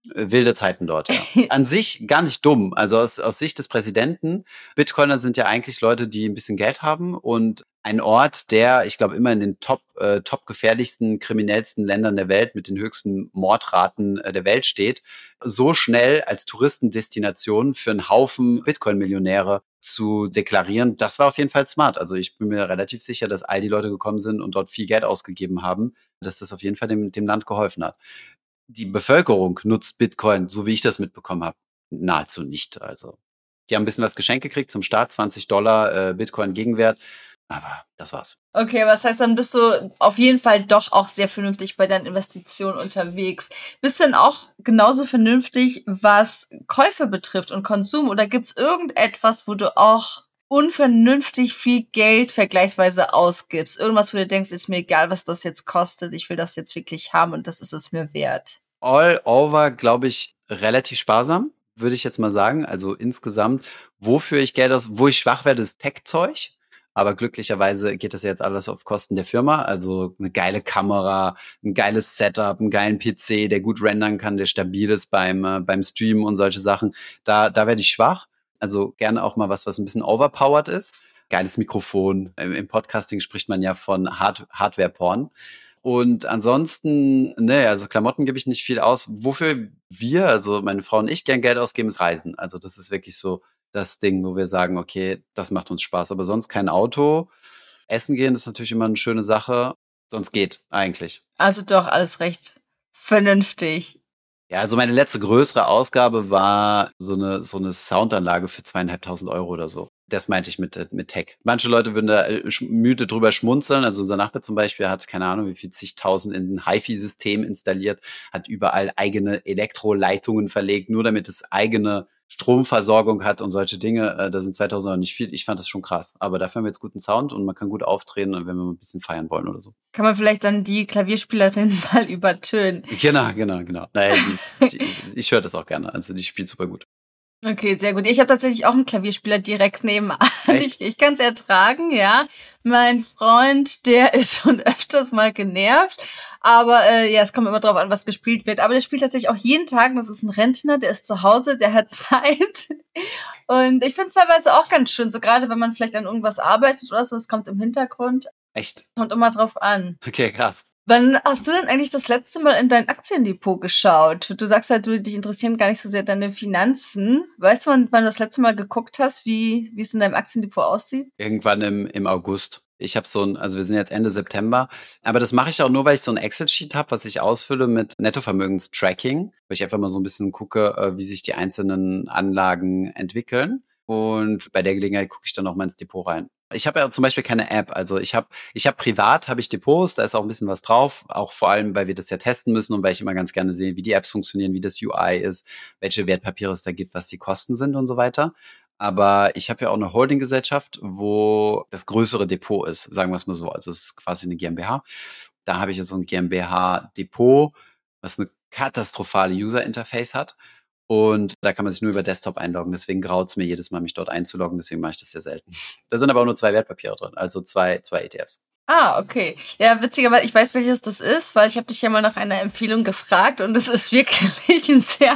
Wilde Zeiten dort, ja. An sich gar nicht dumm. Also aus Sicht des Präsidenten, Bitcoiner sind ja eigentlich Leute, die ein bisschen Geld haben und ein Ort, der, ich glaube, immer in den top gefährlichsten, kriminellsten Ländern der Welt mit den höchsten Mordraten der Welt steht, so schnell als Touristendestination für einen Haufen Bitcoin-Millionäre zu deklarieren, das war auf jeden Fall smart. Also ich bin mir relativ sicher, dass all die Leute gekommen sind und dort viel Geld ausgegeben haben, dass das auf jeden Fall dem Land geholfen hat. Die Bevölkerung nutzt Bitcoin, so wie ich das mitbekommen habe, nahezu nicht. Also die haben ein bisschen was geschenkt gekriegt zum Start, $20 Bitcoin Gegenwert, aber das war's. Okay, was heißt, dann bist du auf jeden Fall doch auch sehr vernünftig bei deinen Investitionen unterwegs. Bist du denn auch genauso vernünftig, was Käufe betrifft und Konsum? Oder gibt's irgendetwas, wo du auch unvernünftig viel Geld vergleichsweise ausgibst? Irgendwas, wo du denkst, ist mir egal, was das jetzt kostet. Ich will das jetzt wirklich haben und das ist es mir wert. All over, glaube ich, relativ sparsam, würde ich jetzt mal sagen. Also insgesamt, wofür ich Geld wo ich schwach werde, ist Tech-Zeug. Aber glücklicherweise geht das jetzt alles auf Kosten der Firma. Also eine geile Kamera, ein geiles Setup, einen geilen PC, der gut rendern kann, der stabil ist beim Streamen und solche Sachen. Da werde ich schwach. Also gerne auch mal was ein bisschen overpowered ist. Geiles Mikrofon. Im Podcasting spricht man ja von Hardware-Porn. Und ansonsten, ne, also Klamotten gebe ich nicht viel aus. Wofür wir, also meine Frau und ich, gern Geld ausgeben, ist Reisen. Also das ist wirklich so das Ding, wo wir sagen, okay, das macht uns Spaß. Aber sonst kein Auto. Essen gehen ist natürlich immer eine schöne Sache. Sonst geht eigentlich. Also doch alles recht vernünftig. Ja, also meine letzte größere Ausgabe war so eine Soundanlage für 2.500 € oder so. Das meinte ich mit Tech. Manche Leute würden da müde drüber schmunzeln. Also unser Nachbar zum Beispiel hat, keine Ahnung, wie viel zigtausend in ein HiFi-System installiert, hat überall eigene Elektroleitungen verlegt, nur damit es eigene Stromversorgung hat und solche Dinge. Da sind 2.000 € nicht viel. Ich fand das schon krass. Aber dafür haben wir jetzt guten Sound und man kann gut auftreten, wenn wir mal ein bisschen feiern wollen oder so. Kann man vielleicht dann die Klavierspielerin mal übertönen? Genau. Naja, ich höre das auch gerne. Also die spielt super gut. Okay, sehr gut. Ich habe tatsächlich auch einen Klavierspieler direkt nebenan. Echt? Ich kann es ertragen, ja. Mein Freund, der ist schon öfters mal genervt. Aber ja, es kommt immer drauf an, was gespielt wird. Aber der spielt tatsächlich auch jeden Tag. Das ist ein Rentner, der ist zu Hause, der hat Zeit. Und ich finde es teilweise auch ganz schön, so gerade wenn man vielleicht an irgendwas arbeitet oder so, es kommt im Hintergrund. Echt? Kommt immer drauf an. Okay, krass. Wann hast du denn eigentlich das letzte Mal in dein Aktiendepot geschaut? Du sagst halt, dich interessieren gar nicht so sehr deine Finanzen. Weißt du, wann du das letzte Mal geguckt hast, wie es in deinem Aktiendepot aussieht? Irgendwann im August. Ich habe also wir sind jetzt Ende September, aber das mache ich auch nur, weil ich so ein Excel-Sheet habe, was ich ausfülle mit Nettovermögenstracking, wo ich einfach mal so ein bisschen gucke, wie sich die einzelnen Anlagen entwickeln. Und bei der Gelegenheit gucke ich dann auch mal ins Depot rein. Ich habe ja zum Beispiel keine App. Also ich habe privat Depots, da ist auch ein bisschen was drauf. Auch vor allem, weil wir das ja testen müssen und weil ich immer ganz gerne sehe, wie die Apps funktionieren, wie das UI ist, welche Wertpapiere es da gibt, was die Kosten sind und so weiter. Aber ich habe ja auch eine Holdinggesellschaft, wo das größere Depot ist, sagen wir es mal so. Also es ist quasi eine GmbH. Da habe ich jetzt so ein GmbH-Depot, was eine katastrophale User-Interface hat. Und da kann man sich nur über Desktop einloggen. Deswegen graut's mir jedes Mal, mich dort einzuloggen. Deswegen mache ich das sehr selten. Da sind aber auch nur 2 Wertpapiere drin, also zwei ETFs. Ah, okay. Ja, witzigerweise, ich weiß, welches das ist, weil ich habe dich ja mal nach einer Empfehlung gefragt und es ist wirklich ein sehr,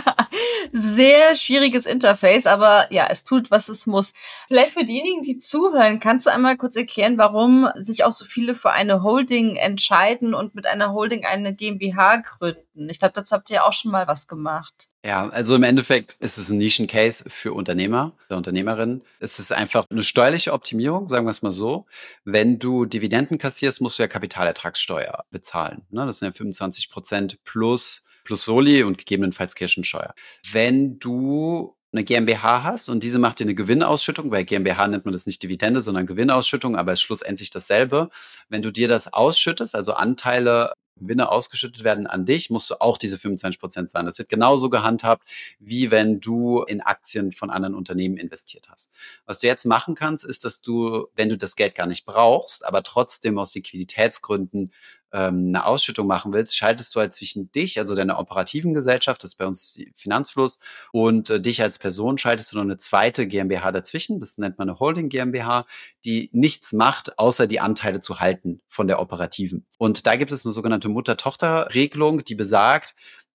sehr schwieriges Interface, aber ja, es tut, was es muss. Vielleicht für diejenigen, die zuhören, kannst du einmal kurz erklären, warum sich auch so viele für eine Holding entscheiden und mit einer Holding eine GmbH gründen? Ich glaube, dazu habt ihr ja auch schon mal was gemacht. Ja, also im Endeffekt ist es ein Nischencase für Unternehmer oder Unternehmerinnen. Es ist einfach eine steuerliche Optimierung, sagen wir es mal so. Wenn du Dividenden kassierst, musst du ja Kapitalertragssteuer bezahlen. Ne? Das sind ja 25% plus Soli und gegebenenfalls Kirchensteuer. Wenn du eine GmbH hast und diese macht dir eine Gewinnausschüttung, bei GmbH nennt man das nicht Dividende, sondern Gewinnausschüttung, aber es ist schlussendlich dasselbe. Wenn du dir das ausschüttest, also Anteile Gewinne ausgeschüttet werden an dich, musst du auch diese 25% zahlen. Das wird genauso gehandhabt, wie wenn du in Aktien von anderen Unternehmen investiert hast. Was du jetzt machen kannst, ist, dass du, wenn du das Geld gar nicht brauchst, aber trotzdem aus Liquiditätsgründen eine Ausschüttung machen willst, schaltest du halt zwischen dich, also deiner operativen Gesellschaft, das ist bei uns die Finanzfluss, und dich als Person schaltest du noch eine zweite GmbH dazwischen, das nennt man eine Holding GmbH, die nichts macht, außer die Anteile zu halten von der operativen. Und da gibt es eine sogenannte Mutter-Tochter-Regelung, die besagt,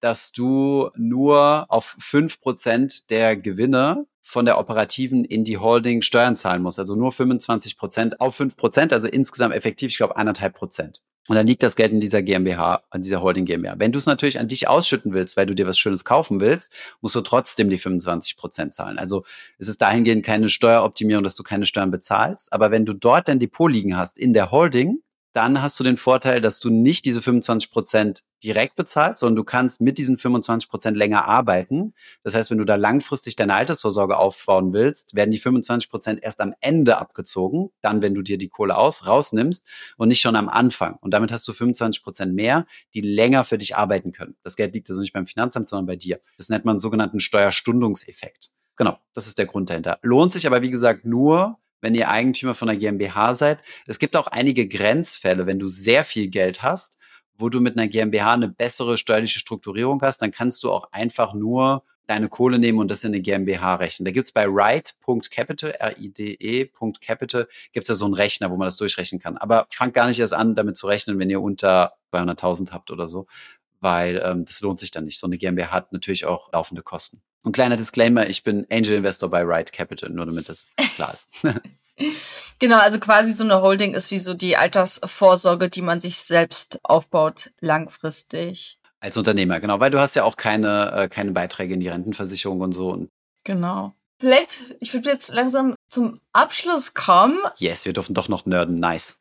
dass du nur auf 5% der Gewinne von der operativen in die Holding Steuern zahlen musst. Also nur 25% auf 5%, also insgesamt effektiv, ich glaube, 1,5%. Und dann liegt das Geld in dieser GmbH, an dieser Holding GmbH. Wenn du es natürlich an dich ausschütten willst, weil du dir was Schönes kaufen willst, musst du trotzdem die 25% zahlen. Also es ist dahingehend keine Steueroptimierung, dass du keine Steuern bezahlst. Aber wenn du dort dein Depot liegen hast in der Holding, dann hast du den Vorteil, dass du nicht diese 25% direkt bezahlst, sondern du kannst mit diesen 25% länger arbeiten. Das heißt, wenn du da langfristig deine Altersvorsorge aufbauen willst, werden die 25% erst am Ende abgezogen, dann, wenn du dir die Kohle rausnimmst und nicht schon am Anfang. Und damit hast du 25% mehr, die länger für dich arbeiten können. Das Geld liegt also nicht beim Finanzamt, sondern bei dir. Das nennt man einen sogenannten Steuerstundungseffekt. Genau, das ist der Grund dahinter. Lohnt sich aber, wie gesagt, nur, wenn ihr Eigentümer von einer GmbH seid. Es gibt auch einige Grenzfälle, wenn du sehr viel Geld hast, wo du mit einer GmbH eine bessere steuerliche Strukturierung hast, dann kannst du auch einfach nur deine Kohle nehmen und das in eine GmbH rechnen. Da gibt's bei Ride.capital, RIDE.capital, gibt's da so einen Rechner, wo man das durchrechnen kann. Aber fangt gar nicht erst an, damit zu rechnen, wenn ihr unter 200.000 habt oder so, weil das lohnt sich dann nicht. So eine GmbH hat natürlich auch laufende Kosten. Und kleiner Disclaimer, ich bin Angel Investor bei Ride Capital, nur damit das klar ist. Genau, also quasi so eine Holding ist wie so die Altersvorsorge, die man sich selbst aufbaut, langfristig. Als Unternehmer, genau, weil du hast ja auch keine Beiträge in die Rentenversicherung und so. Genau. Vielleicht, ich würde jetzt langsam zum Abschluss kommen. Yes, wir dürfen doch noch nerden, nice.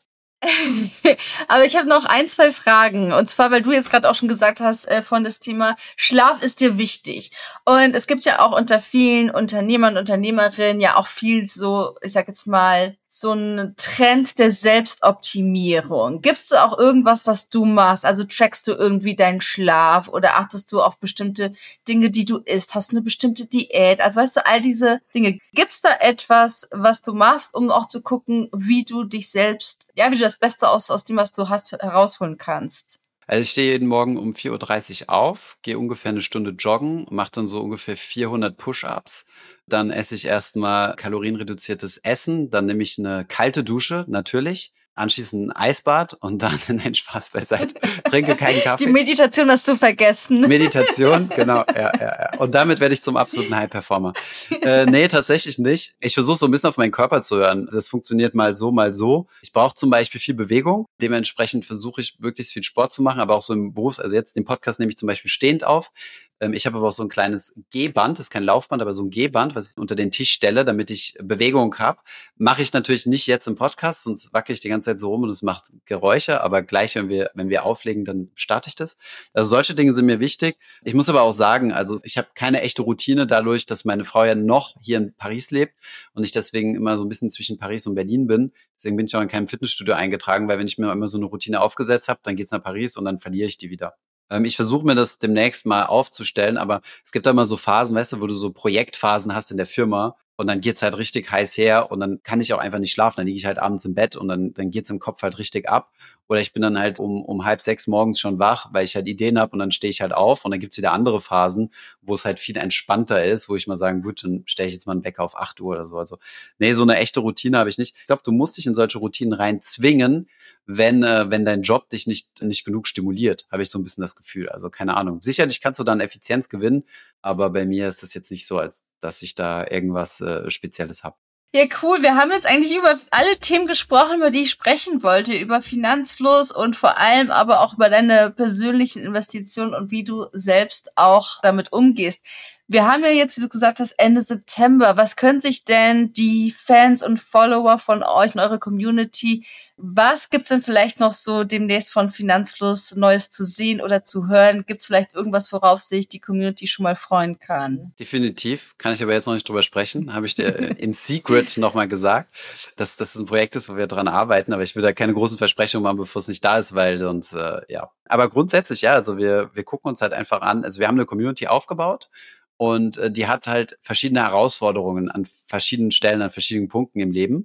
Aber ich habe noch 1, 2 Fragen. Und zwar, weil du jetzt gerade auch schon gesagt hast, von das Thema Schlaf ist dir wichtig. Und es gibt ja auch unter vielen Unternehmern und Unternehmerinnen ja auch viel so, ich sag jetzt mal, so ein Trend der Selbstoptimierung. Gibst du auch irgendwas, was du machst? Also trackst du irgendwie deinen Schlaf oder achtest du auf bestimmte Dinge, die du isst? Hast du eine bestimmte Diät? Also weißt du, all diese Dinge. Gibt's da etwas, was du machst, um auch zu gucken, wie du dich selbst, ja, wie du das Beste aus dem, was du hast, herausholen kannst? Also ich stehe jeden Morgen um 4:30 Uhr auf, gehe ungefähr eine Stunde joggen, mache dann so ungefähr 400 Push-Ups. Dann esse ich erstmal kalorienreduziertes Essen, dann nehme ich eine kalte Dusche, natürlich. Anschließend ein Eisbad und dann, nein, Spaß beiseite, trinke keinen Kaffee. Die Meditation hast du vergessen. Meditation, genau, ja. Und damit werde ich zum absoluten High-Performer. Nee, tatsächlich nicht. Ich versuche so ein bisschen auf meinen Körper zu hören. Das funktioniert mal so, mal so. Ich brauche zum Beispiel viel Bewegung. Dementsprechend versuche ich möglichst viel Sport zu machen, aber auch so im also jetzt den Podcast nehme ich zum Beispiel stehend auf. Ich habe aber auch so ein kleines Gehband, das ist kein Laufband, aber so ein Gehband, was ich unter den Tisch stelle, damit ich Bewegung habe. Mache ich natürlich nicht jetzt im Podcast, sonst wackel ich die ganze Zeit so rum und es macht Geräusche, aber gleich, wenn wir auflegen, dann starte ich das. Also solche Dinge sind mir wichtig. Ich muss aber auch sagen, also ich habe keine echte Routine dadurch, dass meine Frau ja noch hier in Paris lebt und ich deswegen immer so ein bisschen zwischen Paris und Berlin bin. Deswegen bin ich auch in keinem Fitnessstudio eingetragen, weil wenn ich mir immer so eine Routine aufgesetzt habe, dann geht's nach Paris und dann verliere ich die wieder. Ich versuche mir das demnächst mal aufzustellen, aber es gibt da immer so Phasen, weißt du, wo du so Projektphasen hast in der Firma und dann geht's halt richtig heiß her und dann kann ich auch einfach nicht schlafen. Dann liege ich halt abends im Bett und dann geht's im Kopf halt richtig ab. Oder ich bin dann halt um 5:30 morgens schon wach, weil ich halt Ideen habe und dann stehe ich halt auf und dann gibt's wieder andere Phasen, wo es halt viel entspannter ist, wo ich mal sagen, gut, dann stelle ich jetzt mal einen Wecker auf 8 Uhr oder so. Also nee, so eine echte Routine habe ich nicht. Ich glaube, du musst dich in solche Routinen rein zwingen, wenn dein Job dich nicht genug stimuliert, habe ich so ein bisschen das Gefühl. Also keine Ahnung. Sicherlich kannst du dann Effizienz gewinnen, aber bei mir ist das jetzt nicht so, als dass ich da irgendwas Spezielles habe. Ja, cool. Wir haben jetzt eigentlich über alle Themen gesprochen, über die ich sprechen wollte. Über Finanzfluss und vor allem aber auch über deine persönlichen Investitionen und wie du selbst auch damit umgehst. Wir haben ja jetzt, wie du gesagt hast, Ende September. Was können sich denn die Fans und Follower von euch und eure Community, was gibt's denn vielleicht noch so demnächst von Finanzfluss Neues zu sehen oder zu hören? Gibt's vielleicht irgendwas, worauf sich die Community schon mal freuen kann? Definitiv, kann ich aber jetzt noch nicht drüber sprechen. Habe ich dir im Secret nochmal gesagt, dass das ein Projekt ist, wo wir dran arbeiten, aber ich will da keine großen Versprechungen machen, bevor es nicht da ist, weil sonst, ja. Aber grundsätzlich, ja, also wir gucken uns halt einfach an, also wir haben eine Community aufgebaut. Und die hat halt verschiedene Herausforderungen an verschiedenen Stellen, an verschiedenen Punkten im Leben.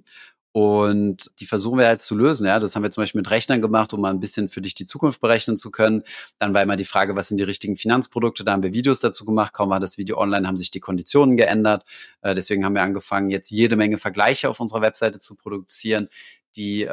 Und die versuchen wir halt zu lösen. Ja, das haben wir zum Beispiel mit Rechnern gemacht, um mal ein bisschen für dich die Zukunft berechnen zu können. Dann war immer die Frage, was sind die richtigen Finanzprodukte? Da haben wir Videos dazu gemacht. Kaum war das Video online, haben sich die Konditionen geändert. Deswegen haben wir angefangen, jetzt jede Menge Vergleiche auf unserer Webseite zu produzieren, die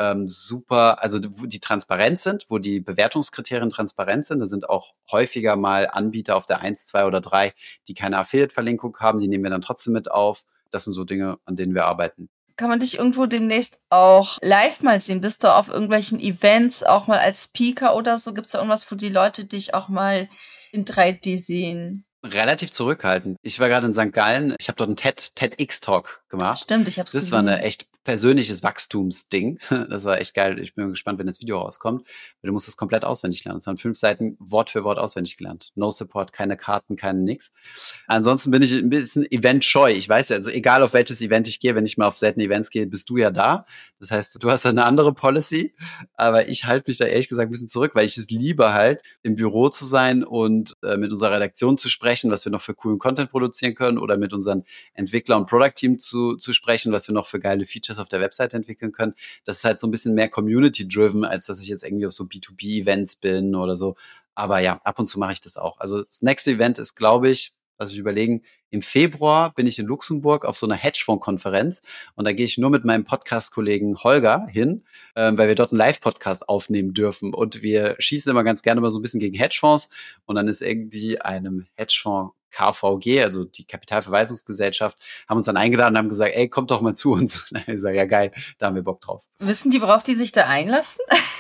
die transparent sind, wo die Bewertungskriterien transparent sind. Da sind auch häufiger mal Anbieter auf der 1, 2 oder 3, die keine Affiliate-Verlinkung haben. Die nehmen wir dann trotzdem mit auf. Das sind so Dinge, an denen wir arbeiten. Kann man dich irgendwo demnächst auch live mal sehen? Bist du auf irgendwelchen Events auch mal als Speaker oder so? Gibt es da irgendwas, wo die Leute dich auch mal in 3D sehen? Relativ zurückhaltend. Ich war gerade in St. Gallen. Ich habe dort einen TEDx-Talk gemacht. Stimmt, ich habe es gesehen. Das war ein echt persönliches Wachstumsding. Das war echt geil. Ich bin gespannt, wenn das Video rauskommt. Weil du musst das komplett auswendig lernen. Es waren 5 Seiten Wort für Wort auswendig gelernt. No Support, keine Karten, keine nix. Ansonsten bin ich ein bisschen eventscheu. Ich weiß ja, also egal auf welches Event ich gehe, wenn ich mal auf seltene Events gehe, bist du ja da. Das heißt, du hast ja eine andere Policy. Aber ich halte mich da ehrlich gesagt ein bisschen zurück, weil ich es liebe halt, im Büro zu sein und mit unserer Redaktion zu sprechen, was wir noch für coolen Content produzieren können oder mit unseren Entwickler- und Product-Team zu sprechen, was wir noch für geile Features auf der Website entwickeln können. Das ist halt so ein bisschen mehr Community-driven, als dass ich jetzt irgendwie auf so B2B-Events bin oder so. Aber ja, ab und zu mache ich das auch. Also das nächste Event ist, glaube ich, lass mich überlegen, im Februar bin ich in Luxemburg auf so einer Hedgefonds-Konferenz und da gehe ich nur mit meinem Podcast-Kollegen Holger hin, weil wir dort einen Live-Podcast aufnehmen dürfen und wir schießen immer ganz gerne mal so ein bisschen gegen Hedgefonds und dann ist irgendwie einem Hedgefonds KVG, also die Kapitalverweisungsgesellschaft, haben uns dann eingeladen und haben gesagt, ey, kommt doch mal zu uns. Ich sage, ja geil, da haben wir Bock drauf. Wissen die, worauf die sich da einlassen?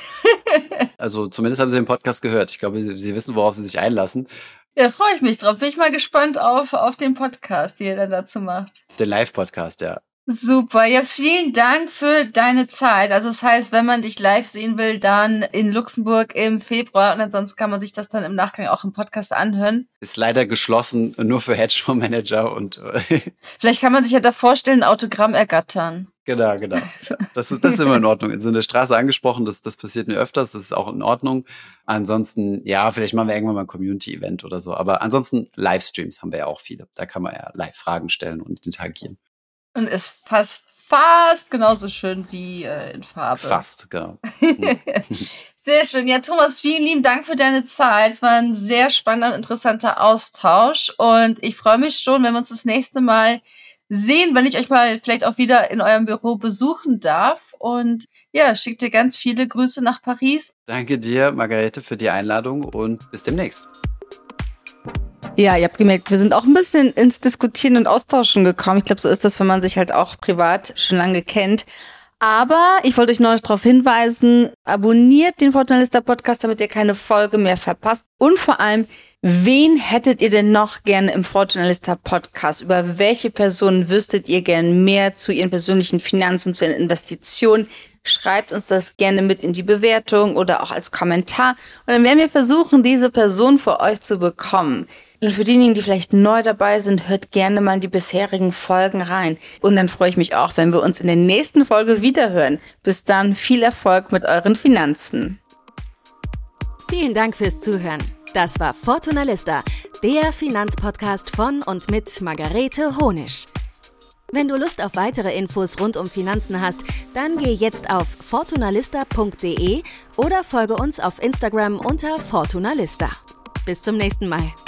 Also zumindest haben sie den Podcast gehört. Ich glaube, sie wissen, worauf sie sich einlassen. Ja, freue ich mich drauf. Bin ich mal gespannt auf den Podcast, den ihr dann dazu macht. Den Live-Podcast, ja. Super. Ja, vielen Dank für deine Zeit. Also das heißt, wenn man dich live sehen will, dann in Luxemburg im Februar und ansonsten kann man sich das dann im Nachgang auch im Podcast anhören. Ist leider geschlossen, nur für Hedgefondsmanager und vielleicht kann man sich ja da vorstellen, ein Autogramm ergattern. Genau. Das ist immer in Ordnung. So in der Straße angesprochen, das passiert mir öfters, das ist auch in Ordnung. Ansonsten, ja, vielleicht machen wir irgendwann mal ein Community-Event oder so. Aber ansonsten Livestreams haben wir ja auch viele. Da kann man ja live Fragen stellen und interagieren. Und ist fast genauso schön wie in Farbe. Fast, genau. Sehr schön. Ja, Thomas, vielen lieben Dank für deine Zeit. Es war ein sehr spannender und interessanter Austausch. Und ich freue mich schon, wenn wir uns das nächste Mal sehen, wenn ich euch mal vielleicht auch wieder in eurem Büro besuchen darf. Und ja, schickt dir ganz viele Grüße nach Paris. Danke dir, Margarete, für die Einladung und bis demnächst. Ja, ihr habt gemerkt, wir sind auch ein bisschen ins Diskutieren und Austauschen gekommen. Ich glaube, so ist das, wenn man sich halt auch privat schon lange kennt. Aber ich wollte euch noch darauf hinweisen, abonniert den Fortunalista Podcast, damit ihr keine Folge mehr verpasst. Und vor allem, wen hättet ihr denn noch gerne im Fortunalista Podcast? Über welche Personen wüsstet ihr gern mehr zu ihren persönlichen Finanzen, zu ihren Investitionen? Schreibt uns das gerne mit in die Bewertung oder auch als Kommentar. Und dann werden wir versuchen, diese Person für euch zu bekommen. Und für diejenigen, die vielleicht neu dabei sind, hört gerne mal in die bisherigen Folgen rein. Und dann freue ich mich auch, wenn wir uns in der nächsten Folge wiederhören. Bis dann, viel Erfolg mit euren Finanzen. Vielen Dank fürs Zuhören. Das war Fortunalista, der Finanzpodcast von und mit Margarete Honisch. Wenn du Lust auf weitere Infos rund um Finanzen hast, dann geh jetzt auf fortunalista.de oder folge uns auf Instagram unter Fortunalista. Bis zum nächsten Mal.